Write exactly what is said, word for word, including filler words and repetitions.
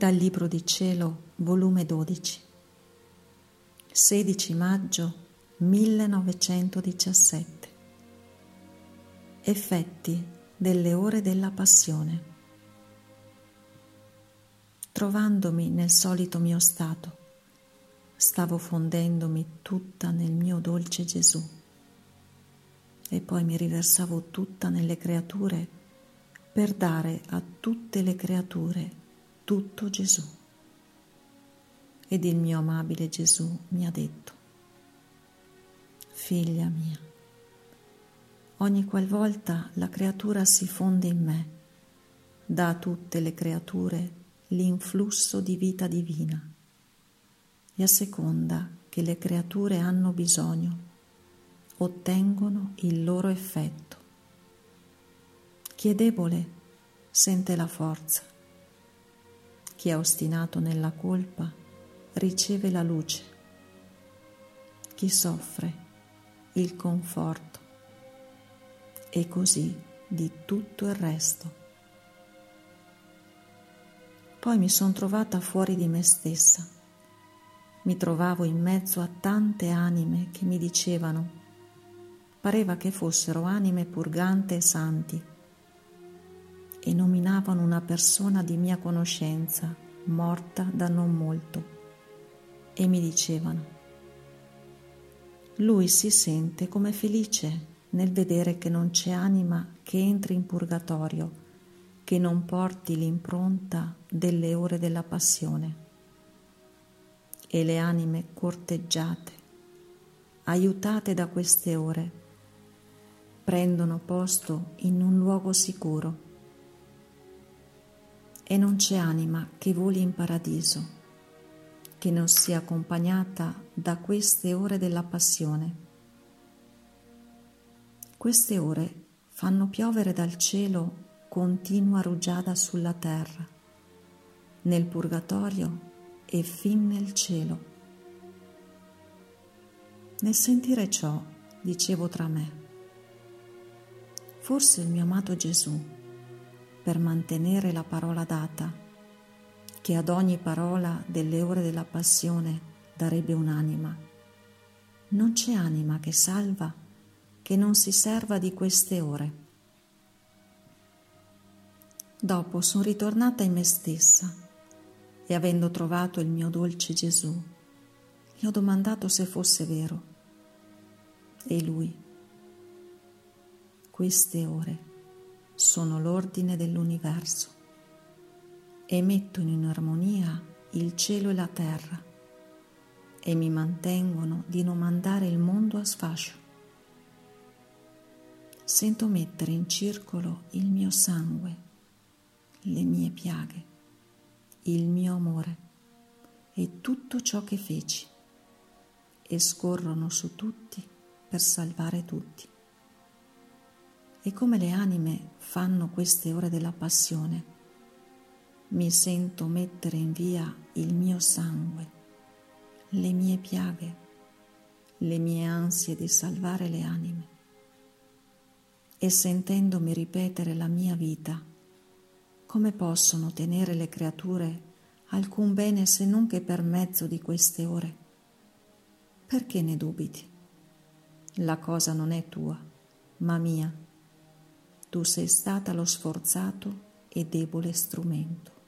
Dal Libro di Cielo, volume dodici, sedici maggio millenovecentodiciassette. Effetti delle ore della Passione. Trovandomi nel solito mio stato, stavo fondendomi tutta nel mio dolce Gesù e poi mi riversavo tutta nelle creature per dare a tutte le creature tutto Gesù. Ed il mio amabile Gesù mi ha detto: figlia mia, ogni qualvolta la creatura si fonde in me, dà a tutte le creature l'influsso di vita divina, e a seconda che le creature hanno bisogno, ottengono il loro effetto. Chi è debole sente la forza, chi è ostinato nella colpa riceve la luce, chi soffre il conforto, e così di tutto il resto. Poi mi son trovata fuori di me stessa. Mi trovavo in mezzo a tante anime che mi dicevano, pareva che fossero anime purgante e santi, e nominavano una persona di mia conoscenza, morta da non molto, e mi dicevano: lui si sente come felice nel vedere che non c'è anima che entri in purgatorio, che non porti l'impronta delle ore della passione. E le anime corteggiate, aiutate da queste ore, prendono posto in un luogo sicuro. E non c'è anima che voli in paradiso, che non sia accompagnata da queste ore della passione. Queste ore fanno piovere dal cielo continua rugiada sulla terra, nel purgatorio e fin nel cielo. Nel sentire ciò, dicevo tra me: forse il mio amato Gesù, per mantenere la parola data, che ad ogni parola delle ore della passione darebbe un'anima, non c'è anima che salva che non si serva di queste ore. Dopo sono ritornata in me stessa e, avendo trovato il mio dolce Gesù, gli ho domandato se fosse vero. E lui: queste ore sono l'ordine dell'universo e mettono in armonia il cielo e la terra e mi mantengono di non mandare il mondo a sfascio. Sento mettere in circolo il mio sangue, le mie piaghe, il mio amore e tutto ciò che feci, e scorrono su tutti per salvare tutti. E come le anime fanno queste ore della passione, mi sento mettere in via il mio sangue, le mie piaghe, le mie ansie di salvare le anime. E sentendomi ripetere la mia vita, come possono ottenere le creature alcun bene se non che per mezzo di queste ore? Perché ne dubiti? La cosa non è tua, ma mia. Tu sei stata lo sforzato e debole strumento.